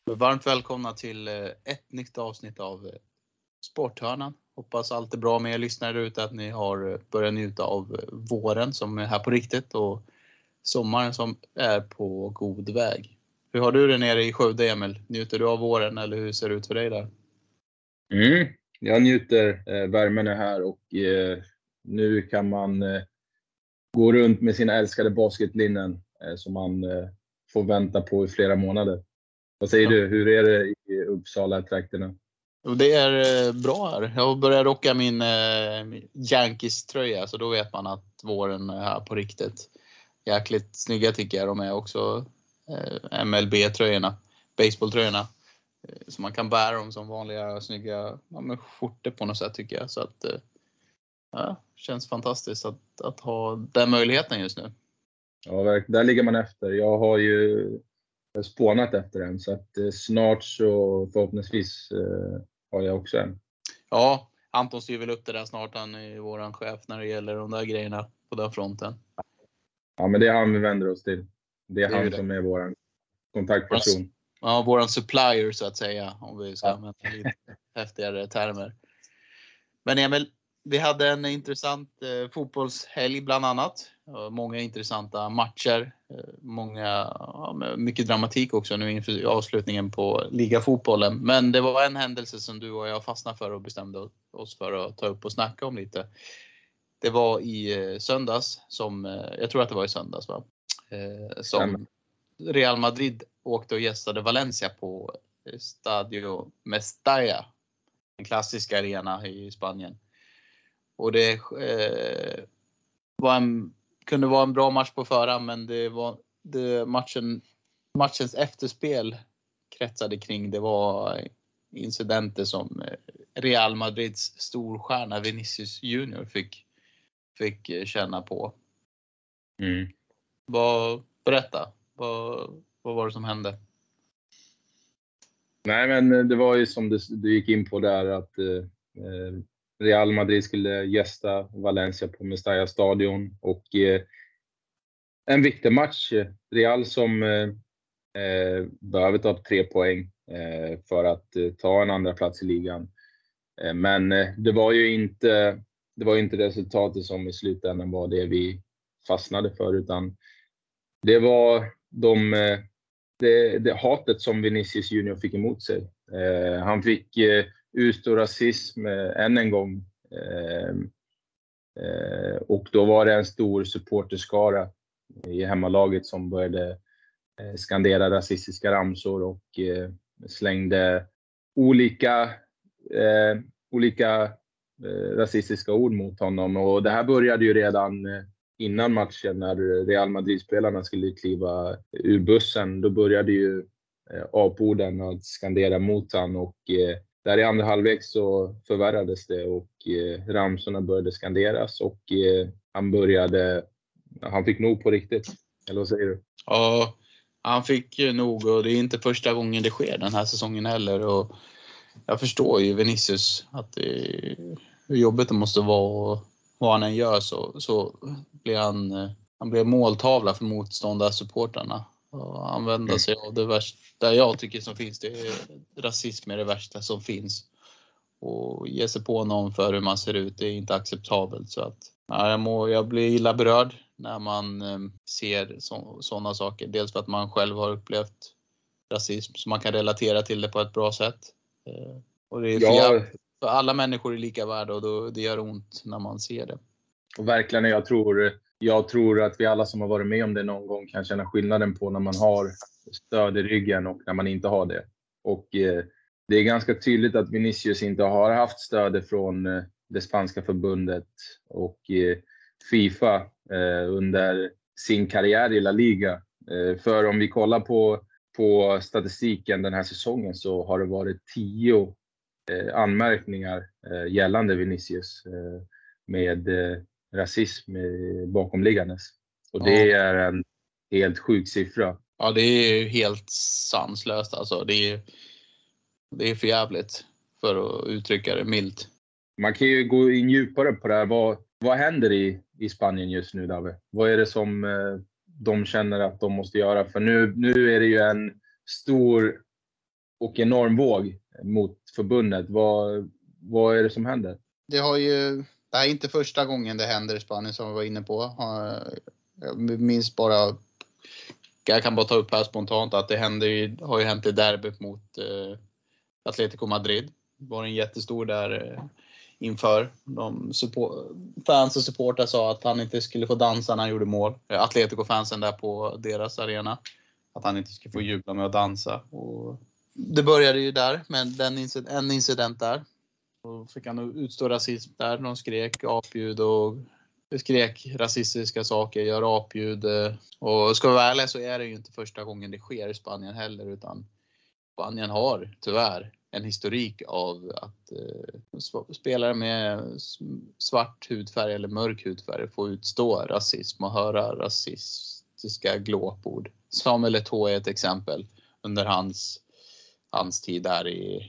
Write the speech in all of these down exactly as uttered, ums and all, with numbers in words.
Varmt välkomna till ett nytt avsnitt av Sporthörnan. Hoppas allt är bra med er lyssnare ute, att ni har börjat njuta av våren som är här på riktigt och sommaren som är på god väg. Hur har du det nere i Skövde, Emil? Njuter du av våren eller hur ser det ut för dig där? Mm, jag njuter. Eh, värmen är här och eh, nu kan man eh, gå runt med sina älskade basketlinnen eh, som man eh, får vänta på i flera månader. Vad säger du? Hur är det i Uppsala-trakterna? Det är bra här. Jag börjar rocka min eh, Yankees-tröja, så då vet man att våren är här på riktigt. Jäkligt snygga tycker jag de är också. Eh, M L B-tröjorna, baseballtröjorna. Eh, så man kan bära dem som vanliga snygga ja, med skjortor på något sätt tycker jag. Så att eh, ja, känns fantastiskt att, att ha den möjligheten just nu. Ja, verkligen. Där ligger man efter. Jag har ju spånat efter den, så att eh, snart så förhoppningsvis eh, har jag också en. Ja, Anton styr väl upp det där snart, han är våran chef när det gäller de där grejerna på den fronten. Ja, men det är han vi vänder oss till. Det är, Det är han det. som är vår kontaktperson. Ja, våran supplier så att säga, om vi ska Ja. använda lite häftigare termer. Men Emil, vi hade en intressant eh, fotbollshelg bland annat. Många intressanta matcher. Eh, många, ja, mycket dramatik också nu inför avslutningen på ligafotbollen. Men det var en händelse som du och jag fastnade för och bestämde oss för att ta upp och snacka om lite. Det var i eh, söndags, som, eh, jag tror att det var i söndags va? Eh, som Real Madrid åkte och gästade Valencia på Stadio Mestalla. En klassisk arena i Spanien. Och det eh, var en, kunde vara en bra match på förhand, men det var det matchen, matchens efterspel kretsade kring. Det var incidenter som Real Madrids storstjärna Vinicius Junior fick, fick känna på. Mm. Vad, berätta, vad, vad var det som hände? Nej, men det var ju som du, du gick in på där att eh, Real Madrid skulle gästa Valencia på Mestalla stadion och eh, en viktig match. Real som eh, behöver ta upp tre poäng eh, för att eh, ta en andra plats i ligan. Eh, men eh, det var ju inte det var inte resultatet som i slutändan var det vi fastnade för, utan det var de eh, Det, det hatet som Vinicius Junior fick emot sig. Eh, han fick eh, utstå rasism eh, än en gång. Eh, eh, och då var det en stor supporterskara i hemmalaget som började eh, skandera rasistiska ramsor och eh, slängde olika, eh, olika eh, rasistiska ord mot honom. Och det här började ju redan eh, innan matchen när Real Madrid-spelarna skulle kliva ur bussen. Då började ju eh, aporden att skandera mot han, och eh, där i andra halvlek så förvärrades det och eh, ramsorna började skanderas och eh, han började, han fick nog på riktigt. Eller vad säger du? Ja, han fick nog, och det är inte första gången det sker den här säsongen heller. Och jag förstår ju Vinicius att det, hur jobbigt det måste vara, och vad han än gör så, så blir han, han blir måltavla för motståndarsupportrarna. Och använda mm. sig av det värsta jag tycker som finns. Det är, rasism är det värsta som finns. Och ge sig på någon för hur man ser ut, det är inte acceptabelt. Så att, ja, jag, må, jag blir illa berörd när man eh, ser sådana saker. Dels för att man själv har upplevt rasism, så man kan relatera till det på ett bra sätt. Eh, och det är för, ja. för alla människor är lika värda, och då, det gör ont när man ser det. Och verkligen, jag tror, jag tror att vi alla som har varit med om det någon gång kan känna skillnaden på när man har stöd i ryggen och när man inte har det. Och eh, det är ganska tydligt att Vinicius inte har haft stöd från eh, det spanska förbundet och eh, FIFA eh, under sin karriär i La Liga. Eh, för om vi kollar på, på statistiken den här säsongen så har det varit tio eh, anmärkningar eh, gällande Vinicius eh, med eh, rasism eh, bakomliggandes. Och det ja. är en helt sjuk siffra. Ja, det är ju helt sanslöst alltså. Det är, det är för jävligt, för att uttrycka det milt. Man kan ju gå in djupare på det här. Vad, vad händer i, i Spanien just nu, David? Vad är det som eh, de känner att de måste göra? För nu, nu är det ju en stor och enorm våg mot förbundet. Vad, vad är det som händer? Det har ju, det här är inte första gången det händer i Spanien som vi var inne på. Jag minns bara, jag kan bara ta upp här spontant att det händer ju, har ju hänt i derbyt mot eh, Atletico Madrid. Det var en jättestor där eh, inför. De support, fans och supportrar sa att han inte skulle få dansa när han gjorde mål. Atletico-fansen där på deras arena. Att han inte skulle få jubla med att dansa. Och det började ju där med den incident, en incident där. Och fick han utstå rasism där. De skrek apljud och skrek rasistiska saker, gör apljud. Och ska vi vara ärliga så är det ju inte första gången det sker i Spanien heller. Utan Spanien har tyvärr en historik av att eh, spelare med svart hudfärg eller mörk hudfärg får utstå rasism och höra rasistiska glåpord. Samuel Eto'o är ett exempel under hans, hans tid där i,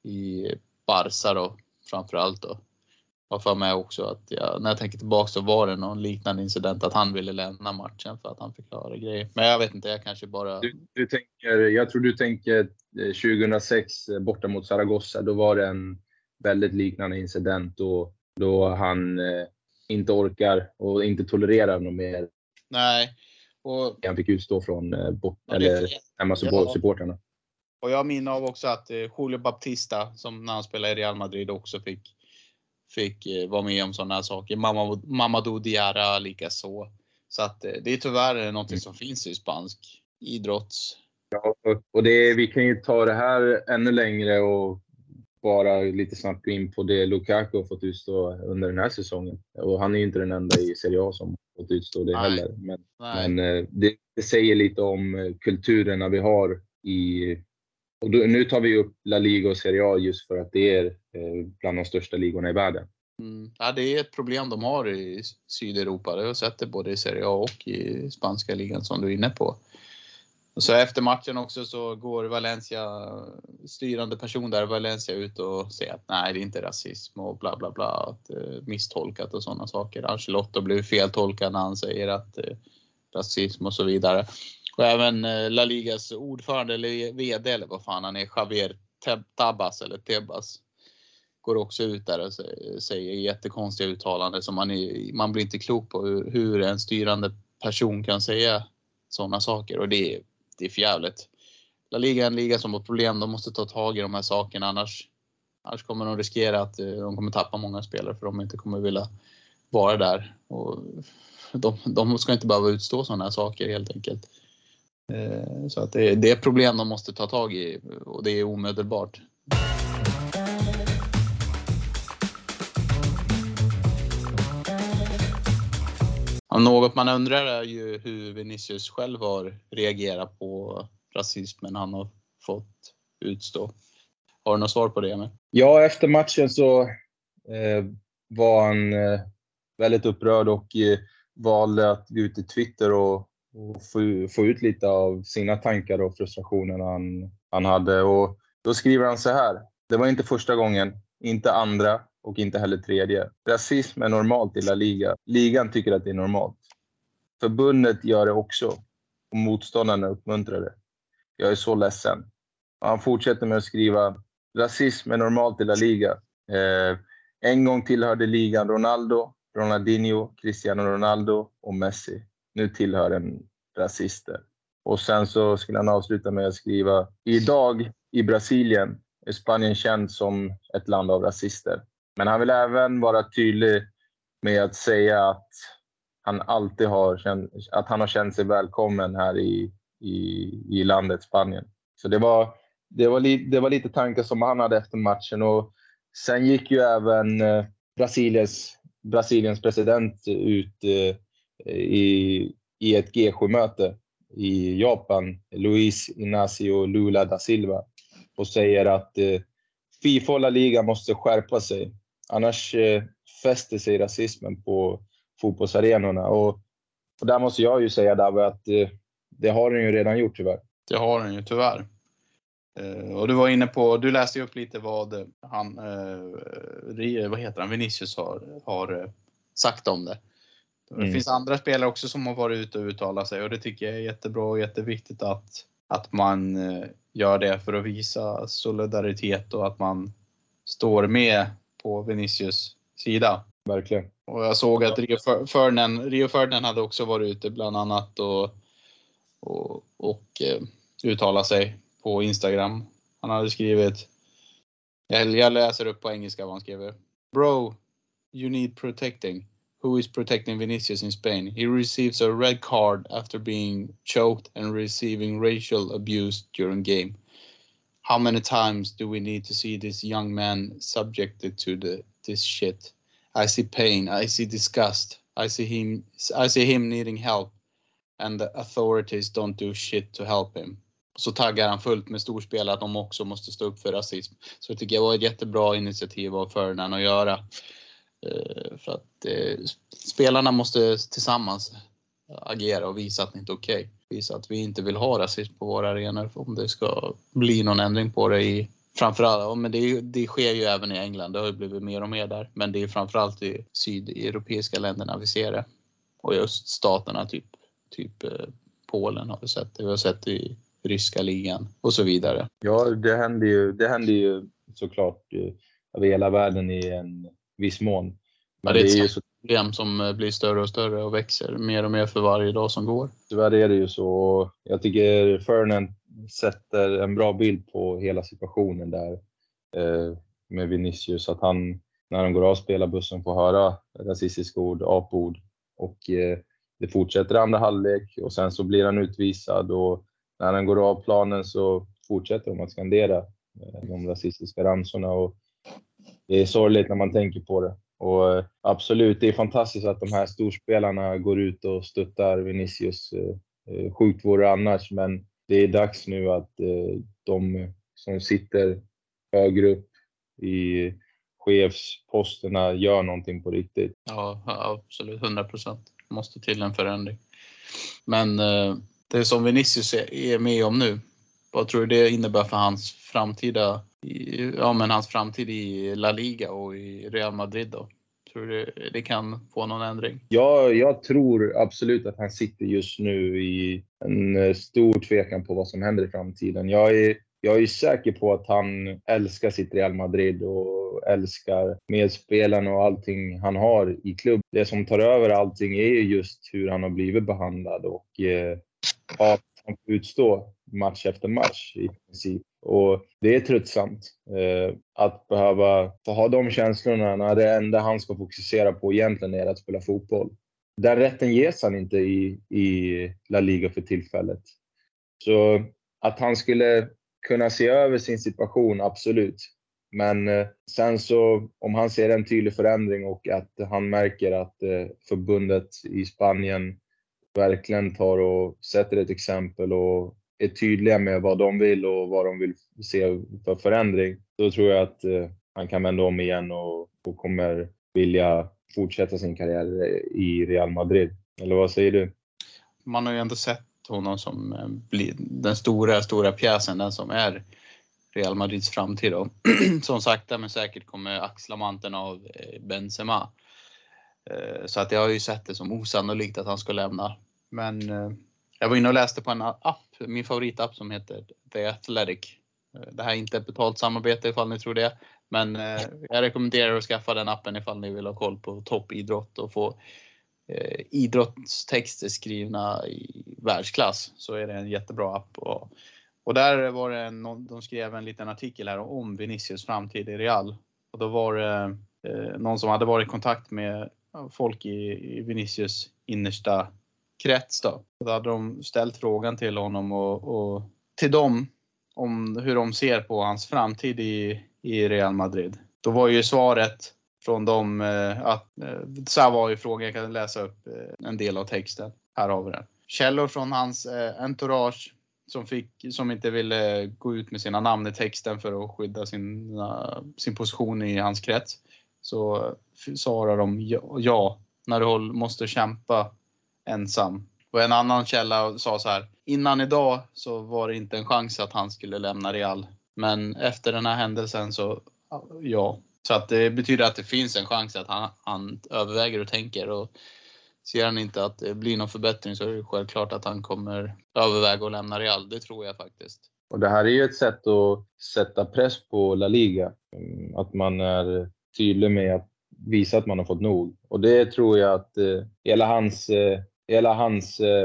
i Barca då, framförallt då. Jag för mig också att jag, när jag tänker tillbaka så var det någon liknande incident att han ville lämna matchen för att han förklarade grejer. Men jag vet inte, jag kanske bara... Du, du tänker, jag tror du tänker tjugohundrasex borta mot Zaragoza, då var det en väldigt liknande incident då, då han eh, inte orkar och inte tolererar något mer. Nej. Och han fick utstå från eh, bort, ja, eller hemma supporterna. Och jag minns av också att eh, Julio Baptista, som när han spelade i Real Madrid också fick fick eh, vara med om sådana här saker. Mamma, Mamadou Diarra lika så. Så att eh, det är tyvärr någonting som finns i spansk idrott. Ja, och det, vi kan ju ta det här ännu längre och bara lite snabbt gå in på det Lukaku har fått utstå under den här säsongen. Och han är ju inte den enda i Serie A som fått utstå det. Nej. heller. Men, men det, det säger lite om kulturerna vi har i... Och då, nu tar vi upp La Liga och Serie A just för att det är eh, bland de största ligorna i världen. Mm. Ja, det är ett problem de har i Sydeuropa. Det har jag sett det både i Serie A och i spanska ligan som du är inne på. Och så efter matchen också så går Valencia, styrande person där, Valencia ut och säger att nej, det är inte rasism och bla bla bla, att eh, misstolkat och sådana saker. Ancelotti blev feltolkad när han säger att eh, rasism och så vidare. Och även eh, La Ligas ordförande eller vd eller vad fan han är, Javier Tebas eller Tebas, går också ut där och säger jättekonstiga uttalanden som man, är, man blir inte klok på hur, hur en styrande person kan säga sådana saker. Och det är, det är förjävligt. La Liga är en liga som har problem. De måste ta tag i de här sakerna. Annars, annars kommer de riskera att de kommer tappa många spelare för de inte kommer vilja vara där. Och de, de ska inte behöva utstå sådana här saker helt enkelt. Så att det, det är problem de måste ta tag i och det är omedelbart. Något man undrar är ju hur Vinicius själv har reagerat på rasismen han har fått utstå. Har du något svar på det? Med? Ja, efter matchen så eh, var han eh, väldigt upprörd och eh, valde att gå ut i Twitter och, och få, få ut lite av sina tankar och frustrationer han, han hade. Och då skriver han så här: det var inte första gången, inte andra och inte heller tredje. Rasism är normalt i La Liga. Ligan tycker att det är normalt. Förbundet gör det också. Och motståndarna uppmuntrar det. Jag är så ledsen. Och han fortsätter med att skriva: rasism är normalt i La Liga. Eh, en gång tillhörde ligan Ronaldo, Ronaldinho, Cristiano Ronaldo och Messi. Nu tillhör den rasister. Och sen så skulle han avsluta med att skriva: idag i Brasilien är Spanien känd som ett land av rasister. Men han vill även vara tydlig med att säga att han alltid har känt, att han har känt sig välkommen här i, i, i landet Spanien. Så det var, det, var li, det var lite tankar som han hade efter matchen. Och sen gick ju även eh, Brasiliens, Brasiliens president ut eh, i, i ett G sju-möte i Japan, Luis Inácio Lula da Silva, och säger att eh, FIFA och La Liga måste skärpa sig. Annars eh, fäster sig rasismen på fotbollsarenorna. Och, och där måste jag ju säga där att eh, det har den ju redan gjort tyvärr. Det har den ju tyvärr. Eh, och du var inne på, du läste ju upp lite vad han, eh, vad heter han, Vinicius har, har eh, sagt om det. Det mm. finns andra spelare också som har varit ute och uttalat sig. Och det tycker jag är jättebra och jätteviktigt att, att man eh, gör det för att visa solidaritet och att man står med på Vinicius sida. Verkligen. Och jag såg att Rio Ferdinand, Rio Ferdinand hade också varit ute bland annat och, och, och eh, uttalat sig på Instagram. Han hade skrivit, jag läser upp på engelska vad han skriver. Bro, you need protecting. Who is protecting Vinicius in Spain? He receives a red card after being choked and receiving racial abuse during game. How many times do we need to see this young man subjected to the, this shit? I see pain, I see disgust, I see him, I see him needing help and the authorities don't do shit to help him. Så taggar han fullt med storspelare att de också måste stå upp för rasism. Så det tycker jag var ett jättebra initiativ av Ferdinand att göra. För att eh, spelarna måste tillsammans agera och visa att det inte är okej. Visa att vi inte vill ha rasism på våra arenor om det ska bli någon ändring på det i framförallt. Ja, men det, det sker ju även i England, det har ju blivit mer och mer där. Men det är framförallt i sydeuropeiska länderna vi ser det. Och i öststaterna, typ, typ eh, Polen har vi sett det. Vi har sett det i ryska ligan och så vidare. Ja, det händer ju, det händer ju såklart eh, över hela världen i en viss mån. Men ja, det är ett det är ju så problem som blir större och större och växer mer och mer för varje dag som går. Tyvärr är det ju så. Jag tycker Ferdinand sätter en bra bild på hela situationen där eh, med Vinicius. Att han, när han går av spelar bussen, får höra rasistiska ord, apord. Och eh, det fortsätter andra halvlek och sen så blir han utvisad. Och när han går av planen så fortsätter de att skandera eh, de rasistiska ramsorna. Och det är sorgligt när man tänker på det. Och absolut, det är fantastiskt att de här storspelarna går ut och stöttar Vinicius. Sjukt vore det annars, men det är dags nu att de som sitter högre upp i chefsposterna gör någonting på riktigt. Ja, absolut, hundra procent. Måste till en förändring. Men det som Vinicius är med om nu, vad tror du det innebär för hans framtida, ja, men hans framtid i La Liga och i Real Madrid då? Tror du det, det kan få någon ändring? Ja, jag tror absolut att han sitter just nu i en stor tvekan på vad som händer i framtiden. Jag är, jag är säker på att han älskar sitt Real Madrid och älskar medspelarna och allting han har i klubb. Det som tar över allting är just hur han har blivit behandlad och eh, att han får utstå match efter match i princip. Och det är tröttsamt eh, att behöva få ha de känslorna när det enda han ska fokusera på egentligen är att spela fotboll. Den rätten ges han inte i, i La Liga för tillfället. Så att han skulle kunna se över sin situation, absolut. Men eh, sen så om han ser en tydlig förändring och att han märker att eh, förbundet i Spanien verkligen tar och sätter ett exempel och är tydliga med vad de vill och vad de vill se för förändring, då tror jag att eh, han kan vända om igen och, och kommer vilja fortsätta sin karriär i Real Madrid. Eller vad säger du? Man har ju ändå sett honom som eh, blir den stora, stora pjäsen, den som är Real Madrids framtid då. Som sagt, men säkert kommer axla manteln av eh, Benzema. Eh, så att jag har ju sett det som osannolikt att han ska lämna. Men eh, jag var inne och läste på en app, min favoritapp som heter The Athletic. Det här är inte ett betalt samarbete ifall ni tror det. Men eh, jag rekommenderar att skaffa den appen ifall ni vill ha koll på toppidrott och få eh, idrottstexter skrivna i världsklass. Så är det en jättebra app. Och, och där var det en, de skrev en liten artikel här om Vinicius framtid i Real. Och då var det eh, någon som hade varit i kontakt med folk i, i Vinicius innersta krets då. Då hade de ställt frågan till honom och, och till dem om hur de ser på hans framtid i, i Real Madrid. Då var ju svaret från dem eh, att eh, så här var ju frågan, jag kan läsa upp eh, en del av texten. Här har vi den. Källor från hans eh, entourage som, fick, som inte ville gå ut med sina namn i texten för att skydda sin, uh, sin position i hans krets. Så svarar de ja, ja när du måste kämpa ensam. Och en annan källa sa så här: innan idag så var det inte en chans att han skulle lämna Real. Men efter den här händelsen så ja. Så att det betyder att det finns en chans att han, han överväger och tänker. Och ser han inte att det blir någon förbättring så är det självklart att han kommer överväga att lämna Real. Det tror jag faktiskt. Och det här är ju ett sätt att sätta press på La Liga. Att man är tydlig med att visa att man har fått nog. Och det tror jag att eh, hela hans, eh, hela hans eh,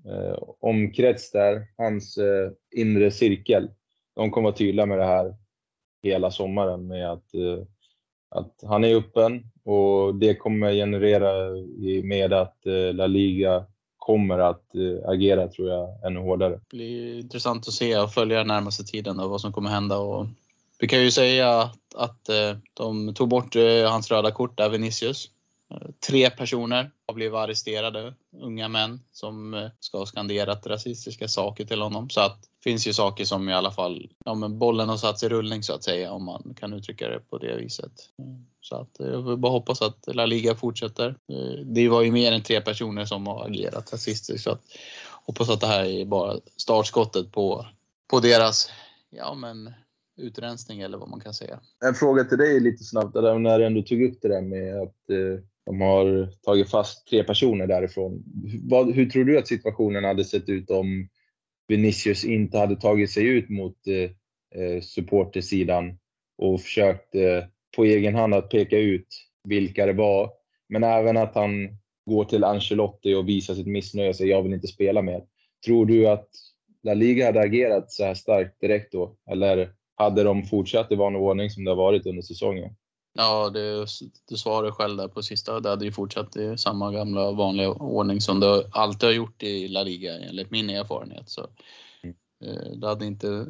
omkrets där, hans eh, inre cirkel, de kommer vara tydliga med det här hela sommaren. Med att, eh, att han är öppen, och det kommer generera i, med att eh, La Liga kommer att eh, agera, tror jag, ännu hårdare. Det blir intressant att se och följa den närmaste tiden och vad som kommer hända. Och vi kan ju säga att, att de tog bort hans röda kort där, Vinicius. Tre personer har blivit arresterade, unga män som ska ha skanderat rasistiska saker till honom. Så att det finns ju saker som i alla fall, ja, men bollen har satt i rullning så att säga, om man kan uttrycka det på det viset. Så att jag vill bara hoppas att La Liga fortsätter. Det var ju mer än tre personer som har agerat rasistiskt, så att hoppas att det här är bara startskottet på, på deras, ja men, utrensning eller vad man kan säga. En fråga till dig lite snabbt, där, när du ändå tog upp det där med att eh, de har tagit fast tre personer därifrån. Vad, hur tror du att situationen hade sett ut om Vinicius inte hade tagit sig ut mot eh, supportersidan och försökt eh, på egen hand att peka ut vilka det var, men även att han går till Ancelotti och visar sitt missnöje och säger jag vill inte spela mer. Tror du att La Liga hade agerat så här starkt direkt då, eller hade de fortsatt i vanlig ordning som det har varit under säsongen? Ja, det, du svarade själv där på sista. Det hade ju fortsatt i samma gamla vanliga ordning som det alltid har gjort i La Liga, enligt min erfarenhet. Så mm. eh, det hade inte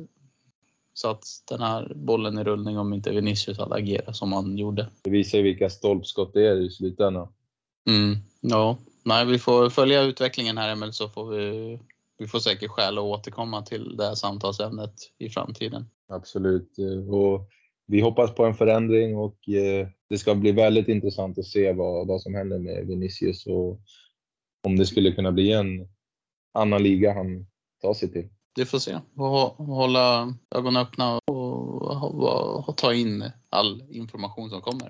satt den här bollen i rullning om inte Vinicius hade agerat som han gjorde. Det visar ju vilka stolpskott det är i slutändan. Mm, ja, nej, vi får följa utvecklingen här, Emil, så får vi, vi får säkert skäl att återkomma till det här samtalsämnet i framtiden. Absolut, och vi hoppas på en förändring, och eh, det ska bli väldigt intressant att se vad, vad som händer med Vinicius och om det skulle kunna bli en annan liga han tar sig till. Det får se. Och hålla ögonen öppna och, och, och ta in all information som kommer.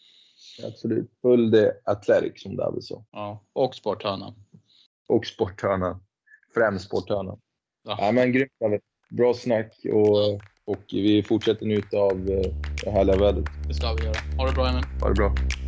Absolut. Full det Athletic som David sa. Ja, och Sporthörna. Och Sporthörna. Främst Sporthörna. Ja, ja men grymt. Bra snack, och Och vi fortsätter njuta av det härliga vädret. Det ska vi göra. Ha det bra, Emil. Ha det bra.